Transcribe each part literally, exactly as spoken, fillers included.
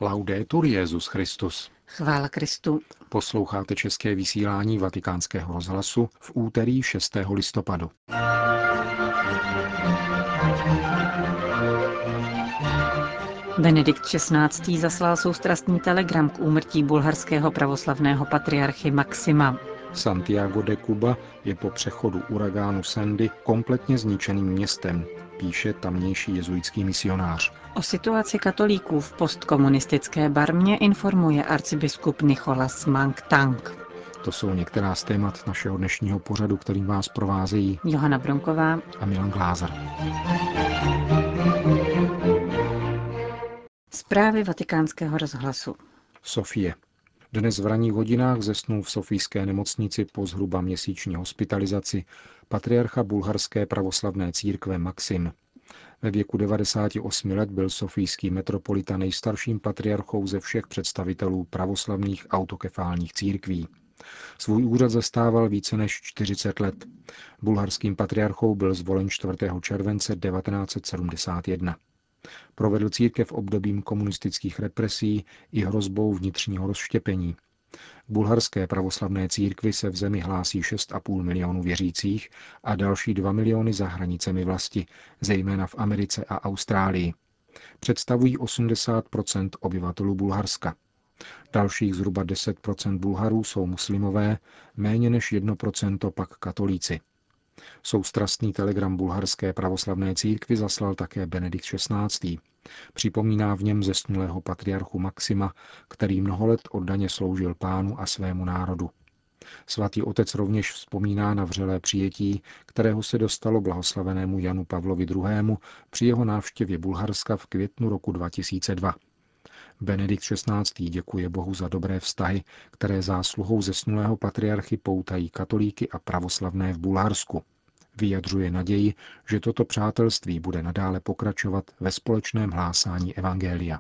Laudetur Jesus Christus. Chvála Kristu. Posloucháte české vysílání Vatikánského rozhlasu v úterý šestého listopadu. Benedikt šestnáctý. zaslal soustrastný telegram k úmrtí bulharského pravoslavného patriarchy Maxima. Santiago de Cuba je po přechodu uragánu Sandy kompletně zničeným městem, píše tamnější jezuitský misionář. O situaci katolíků v postkomunistické Barmě informuje arcibiskup Nicholas Mang Tang. To jsou některá z témat našeho dnešního pořadu, kterým vás provázejí Johana Bronková a Milan Glázer. Zprávy Vatikánského rozhlasu. Sofie. Dnes v ranních hodinách zesnul v sofijské nemocnici po zhruba měsíční hospitalizaci patriarcha bulharské pravoslavné církve Maxim. Ve věku devadesáti osmi let byl sofijský metropolita nejstarším patriarchou ze všech představitelů pravoslavných autokefálních církví. Svůj úřad zastával více než čtyřicet let. Bulharským patriarchou byl zvolen čtvrtého července devatenáct set sedmdesát jedna. Provedl církev obdobím komunistických represí i hrozbou vnitřního rozštěpení. K bulharské pravoslavné církvi se v zemi hlásí šest a půl milionu věřících a další dva miliony za hranicemi vlasti, zejména v Americe a Austrálii. Představují osmdesát procent obyvatelů Bulharska. Dalších zhruba deset procent Bulharů jsou muslimové, méně než jedno procento pak katolíci. Soustrastný telegram bulharské pravoslavné církvi zaslal také Benedikt šestnáctý. Připomíná v něm zesnulého patriarchu Maxima, který mnoho let oddaně sloužil Pánu a svému národu. Svatý otec rovněž vzpomíná na vřelé přijetí, kterého se dostalo blahoslavenému Janu Pavlovi druhému. při jeho návštěvě Bulharska v květnu roku dva tisíce dva. Benedikt šestnáctý. děkuje Bohu za dobré vztahy, které zásluhou zesnulého patriarchy poutají katolíky a pravoslavné v Bulharsku. Vyjadřuje naději, že toto přátelství bude nadále pokračovat ve společném hlásání evangelia.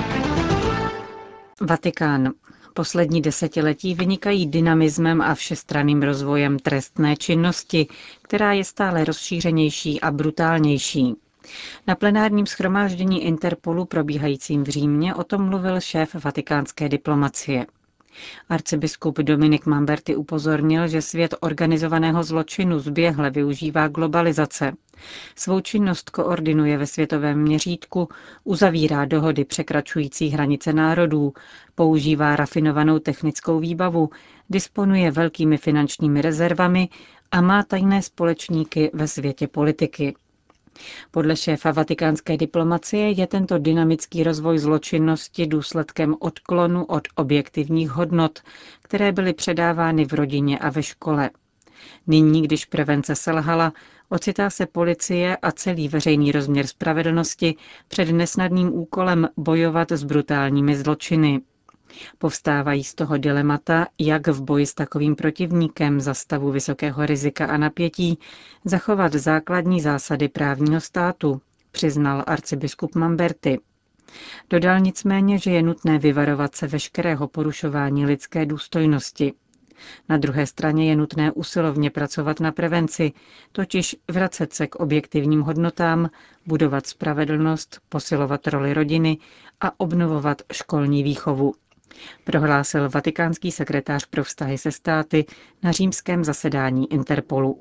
Vatikán. Poslední desetiletí vynikají dynamismem a všestranným rozvojem trestné činnosti, která je stále rozšířenější a brutálnější. Na plenárním shromáždění Interpolu probíhajícím v Římě o tom mluvil šéf vatikánské diplomacie. Arcibiskup Dominik Mamberti upozornil, že svět organizovaného zločinu zběhle využívá globalizace. Svou činnost koordinuje ve světovém měřítku, uzavírá dohody překračující hranice národů, používá rafinovanou technickou výbavu, disponuje velkými finančními rezervami a má tajné společníky ve světě politiky. Podle šéfa vatikánské diplomacie je tento dynamický rozvoj zločinnosti důsledkem odklonu od objektivních hodnot, které byly předávány v rodině a ve škole. Nyní, když prevence selhala, ocitá se policie a celý veřejný rozměr spravedlnosti před nesnadným úkolem bojovat s brutálními zločiny. Povstávají z toho dilemata, jak v boji s takovým protivníkem za stavu vysokého rizika a napětí zachovat základní zásady právního státu, přiznal arcibiskup Mamberti. Dodal nicméně, že je nutné vyvarovat se veškerého porušování lidské důstojnosti. Na druhé straně je nutné usilovně pracovat na prevenci, totiž vracet se k objektivním hodnotám, budovat spravedlnost, posilovat roli rodiny a obnovovat školní výchovu, prohlásil vatikánský sekretář pro vztahy se státy na římském zasedání Interpolu.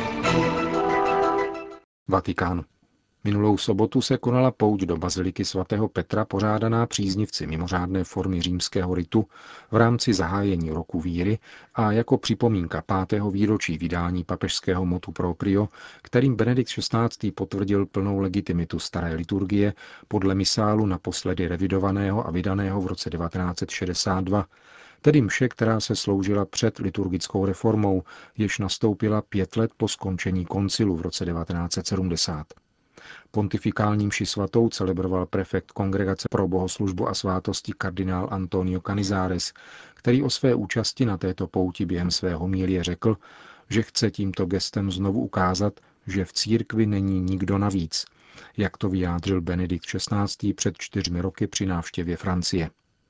Vatikán. Minulou sobotu se konala pouť do baziliky svatého Petra pořádaná příznivci mimořádné formy římského ritu v rámci zahájení roku víry a jako připomínka pátého výročí vydání papežského motu proprio, kterým Benedikt šestnáctý. potvrdil plnou legitimitu staré liturgie podle misálu naposledy revidovaného a vydaného v roce devatenáct set šedesát dva, tedy mše, která se sloužila před liturgickou reformou, jež nastoupila pět let po skončení koncilu v roce devatenáct set sedmdesát. Pontifikální mši svatou celebroval prefekt Kongregace pro bohoslužbu a svátosti kardinál Antonio Canizares, který o své účasti na této pouti během své homilie řekl, že chce tímto gestem znovu ukázat, že v církvi není nikdo navíc, jak to vyjádřil Benedikt šestnáctý. před čtyřmi roky při návštěvě Francie.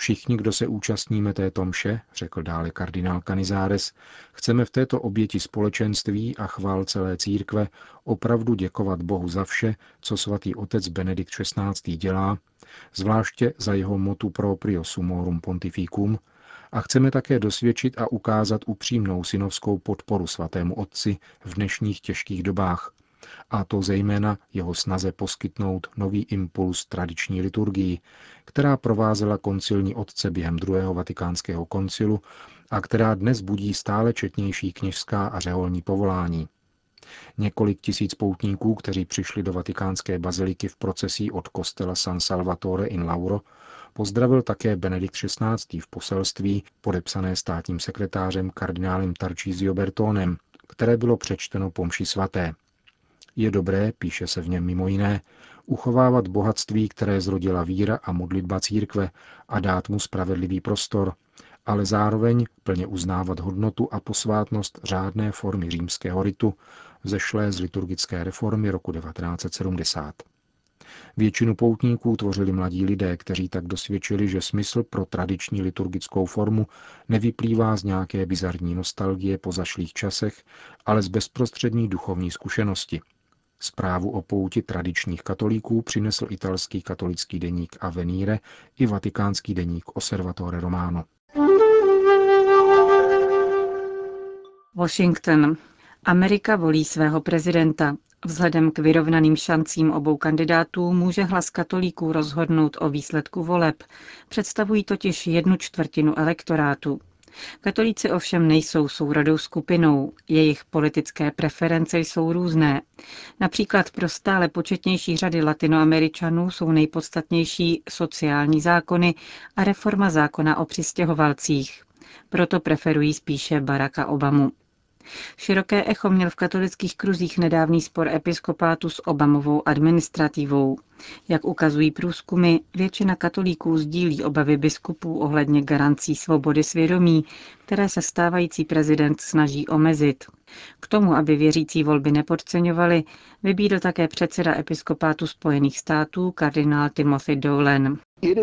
Všichni, kdo se účastníme této mše, řekl dále kardinál Canizares, chceme v této oběti společenství a chvál celé církve opravdu děkovat Bohu za vše, co svatý otec Benedikt šestnáctý dělá, zvláště za jeho motu proprio sumorum pontificum, a chceme také dosvědčit a ukázat upřímnou synovskou podporu svatému otci v dnešních těžkých dobách, a to zejména jeho snaze poskytnout nový impuls tradiční liturgii, která provázela koncilní otce během druhého vatikánského koncilu a která dnes budí stále četnější kněžská a řeholní povolání. Několik tisíc poutníků, kteří přišli do vatikánské baziliky v procesí od kostela San Salvatore in Lauro, pozdravil také Benedikt šestnáctý v poselství podepsané státním sekretářem kardinálem Tarcisio Bertonem, které bylo přečteno po mši svaté. Je dobré, píše se v něm mimo jiné, uchovávat bohatství, které zrodila víra a modlitba církve a dát mu spravedlivý prostor, ale zároveň plně uznávat hodnotu a posvátnost řádné formy římského ritu, vzešlé z liturgické reformy roku devatenáct set sedmdesát. Většinu poutníků tvořili mladí lidé, kteří tak dosvědčili, že smysl pro tradiční liturgickou formu nevyplývá z nějaké bizarní nostalgie po zašlých časech, ale z bezprostřední duchovní zkušenosti. Zprávu o pouti tradičních katolíků přinesl italský katolický deník Avvenire i vatikánský deník Osservatore Romano. Washington. Amerika volí svého prezidenta. Vzhledem k vyrovnaným šancím obou kandidátů může hlas katolíků rozhodnout o výsledku voleb. Představují totiž jednu čtvrtinu elektorátu. Katolíci ovšem nejsou sourodou skupinou, jejich politické preference jsou různé. Například pro stále početnější řady Latinoameričanů jsou nejpodstatnější sociální zákony a reforma zákona o přistěhovalcích. Proto preferují spíše Baracka Obamu. Široké echo měl v katolických kruzích nedávný spor episkopátu s Obamovou administrativou. Jak ukazují průzkumy, většina katolíků sdílí obavy biskupů ohledně garancí svobody svědomí, které se stávající prezident snaží omezit. K tomu, aby věřící volby nepodceňovali, vybídl také předseda episkopátu Spojených států kardinál Timothy Dolan.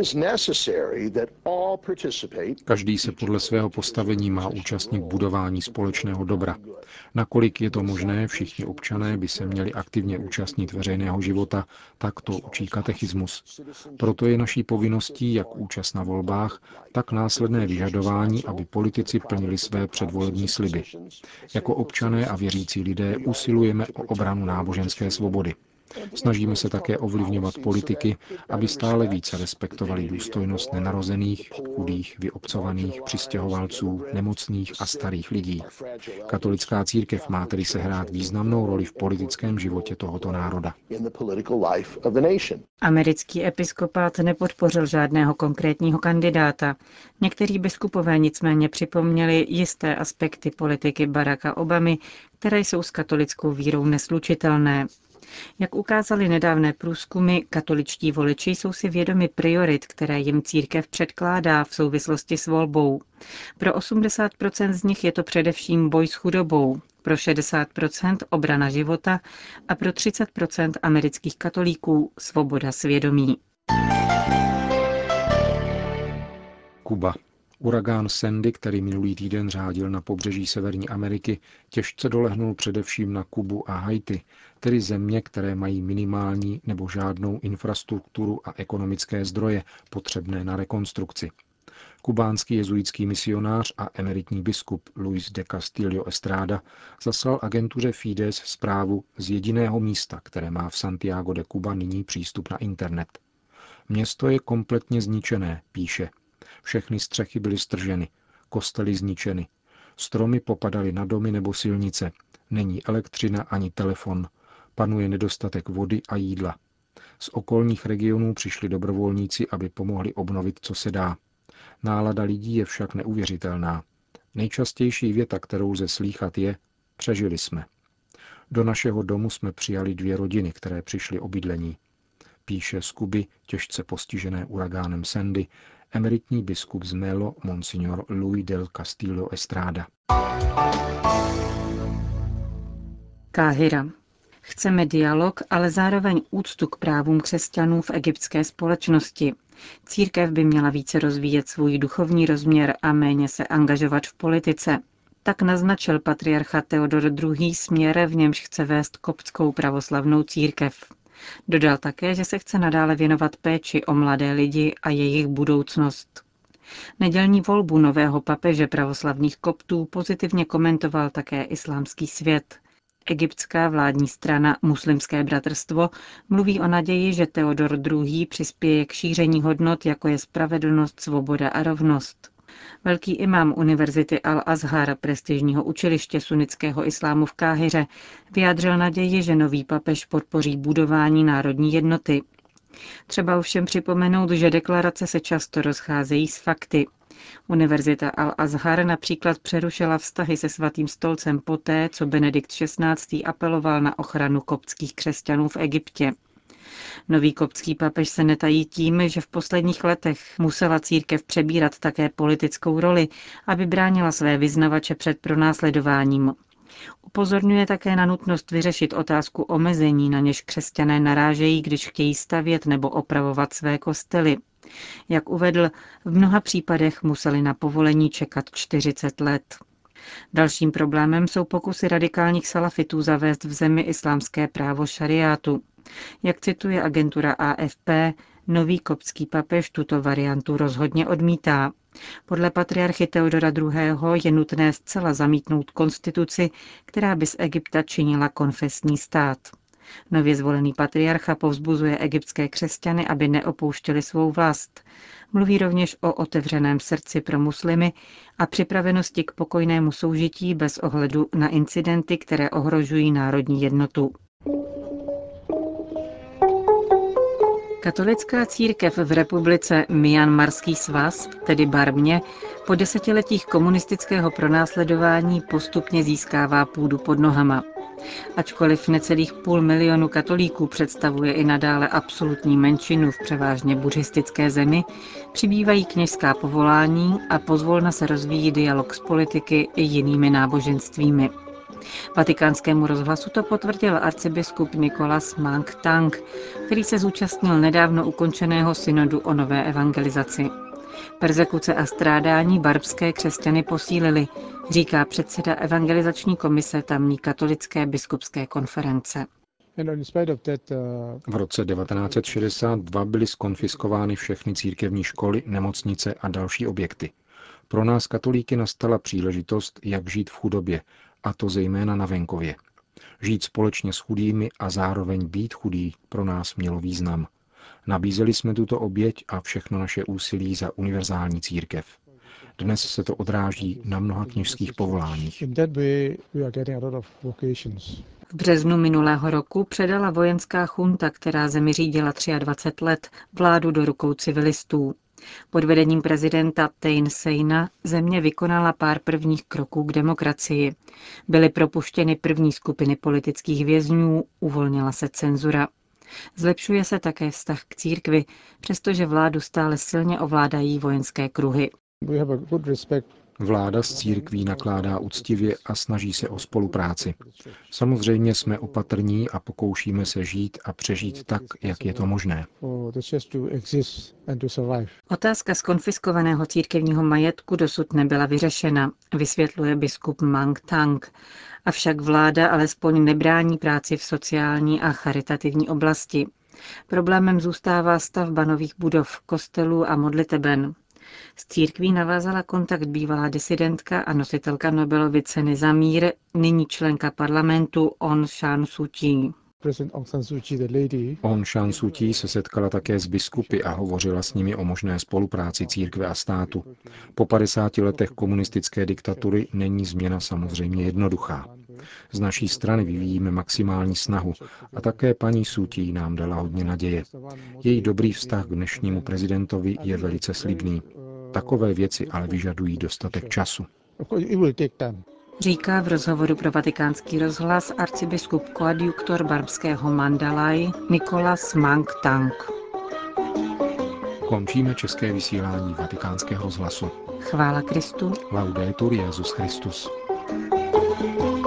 Každý se podle svého postavení má účastnit budování společného dobra. Nakolik je to možné, všichni občané by se měli aktivně účastnit veřejného života, tak to učí katechismus. Proto je naší povinností jak účast na volbách, tak následné vyžadování, aby politici plnili své předvolební sliby. Jako občané a věřící lidé usilujeme o obranu náboženské svobody. Snažíme se také ovlivňovat politiky, aby stále více respektovali důstojnost nenarozených, chudých, vyobcovaných, přistěhovalců, nemocných a starých lidí. Katolická církev má tedy sehrát významnou roli v politickém životě tohoto národa. Americký episkopát nepodpořil žádného konkrétního kandidáta. Někteří biskupové nicméně připomněli jisté aspekty politiky Baracka Obamy, které jsou s katolickou vírou neslučitelné. Jak ukázaly nedávné průzkumy, katoličtí voliči jsou si vědomi priorit, které jim církev předkládá v souvislosti s volbou. Pro osmdesát procent z nich je to především boj s chudobou, pro šedesát procent obrana života a pro třicet procent amerických katolíků svoboda svědomí. Kuba. Uragán Sandy, který minulý týden řádil na pobřeží Severní Ameriky, těžce dolehnul především na Kubu a Haiti, tedy země, které mají minimální nebo žádnou infrastrukturu a ekonomické zdroje potřebné na rekonstrukci. Kubánský jezuitský misionář a emeritní biskup Luis de Castillo Estrada zaslal agentuře Fides zprávu z jediného místa, které má v Santiago de Cuba nyní přístup na internet. Město je kompletně zničené, píše. Všechny střechy byly strženy, kostely zničeny, stromy popadaly na domy nebo silnice, není elektřina ani telefon, panuje nedostatek vody a jídla. Z okolních regionů přišli dobrovolníci, aby pomohli obnovit, co se dá. Nálada lidí je však neuvěřitelná. Nejčastější věta, kterou lze slýchat, je: přežili jsme. Do našeho domu jsme přijali dvě rodiny, které přišly o bydlení. Píše z Kuby, těžce postižené uragánem Sandy, emeritní biskup z Melo, monsignor Luis del Castillo Estrada. Káhira. Chceme dialog, ale zároveň úctu k právům křesťanů v egyptské společnosti. Církev by měla více rozvíjet svůj duchovní rozměr a méně se angažovat v politice. Tak naznačil patriarcha Theodor druhý. směr, v němž chce vést koptskou pravoslavnou církev. Dodal také, že se chce nadále věnovat péči o mladé lidi a jejich budoucnost. Nedělní volbu nového papeže pravoslavných koptů pozitivně komentoval také islámský svět. Egyptská vládní strana Muslimské bratrstvo mluví o naději, že Theodor druhý. přispěje k šíření hodnot, jako je spravedlnost, svoboda a rovnost. Velký imám Univerzity Al-Azhar, prestižního učiliště sunnického islámu v Káhiře, vyjádřil naději, že nový papež podpoří budování národní jednoty. Třeba ovšem připomenout, že deklarace se často rozcházejí s fakty. Univerzita Al-Azhar například přerušila vztahy se Svatým stolcem poté, co Benedikt šestnáctý. apeloval na ochranu koptských křesťanů v Egyptě. Nový koptský papež se netají tím, že v posledních letech musela církev přebírat také politickou roli, aby bránila své vyznavače před pronásledováním. Upozorňuje také na nutnost vyřešit otázku omezení, na něž křesťané narážejí, když chtějí stavět nebo opravovat své kostely. Jak uvedl, v mnoha případech museli na povolení čekat čtyřicet let. Dalším problémem jsou pokusy radikálních salafitů zavést v zemi islámské právo šariátu. Jak cituje agentura A F P, nový koptský papež tuto variantu rozhodně odmítá. Podle patriarchy Theodora druhého. je nutné zcela zamítnout konstituci, která by z Egypta činila konfesní stát. Nově zvolený patriarcha povzbuzuje egyptské křesťany, aby neopouštěli svou vlast. Mluví rovněž o otevřeném srdci pro muslimy a připravenosti k pokojnému soužití bez ohledu na incidenty, které ohrožují národní jednotu. Katolická církev v republice Myanmarský svaz, tedy Barmě, po desetiletích komunistického pronásledování postupně získává půdu pod nohama. Ačkoliv necelých půl milionu katolíků představuje i nadále absolutní menšinu v převážně buddhistické zemi, přibývají kněžská povolání a pozvolna se rozvíjí dialog s politiky i jinými náboženstvími. Vatikánskému rozhlasu to potvrdil arcibiskup Nicolas Mang Tang, který se zúčastnil nedávno ukončeného synodu o nové evangelizaci. Perzekuce a strádání barbské křesťany posílily, říká předseda evangelizační komise tamní katolické biskupské konference. V roce devatenáct set šedesát dva byly zkonfiskovány všechny církevní školy, nemocnice a další objekty. Pro nás katolíky nastala příležitost, jak žít v chudobě, a to zejména na venkově. Žít společně s chudými a zároveň být chudý pro nás mělo význam. Nabízeli jsme tuto oběť a všechno naše úsilí za univerzální církev. Dnes se to odráží na mnoha kněžských povoláních. V březnu minulého roku předala vojenská chunta, která zemi řídila dvacet tři let, vládu do rukou civilistů. Pod vedením prezidenta Thein Seina země vykonala pár prvních kroků k demokracii. Byly propuštěny první skupiny politických vězňů, uvolnila se cenzura. Zlepšuje se také vztah k církvi, přestože vládu stále silně ovládají vojenské kruhy. Vláda s církví nakládá uctivě a snaží se o spolupráci. Samozřejmě jsme opatrní a pokoušíme se žít a přežít tak, jak je to možné. Otázka zkonfiskovaného církevního majetku dosud nebyla vyřešena, vysvětluje biskup Mang Tang. Avšak vláda alespoň nebrání práci v sociální a charitativní oblasti. Problémem zůstává stavba nových budov, kostelů a modliteben. S církví navázala kontakt bývalá disidentka a nositelka Nobelovy ceny za mír, nyní členka parlamentu Aung San Suu Kyi. Aung San Suu Kyi se setkala také s biskupy a hovořila s nimi o možné spolupráci církve a státu. Po padesáti letech komunistické diktatury není změna samozřejmě jednoduchá. Z naší strany vyvíjíme maximální snahu a také paní Suu Kyi nám dala hodně naděje. Její dobrý vztah k dnešnímu prezidentovi je velice slibný. Takové věci ale vyžadují dostatek času. Říká v rozhovoru pro Vatikánský rozhlas arcibiskup koadjuktor barbského Mandalay Nicolas Mang Tang. Končíme české vysílání Vatikánského rozhlasu. Chvála Kristu. Laudetur Jesus Christus.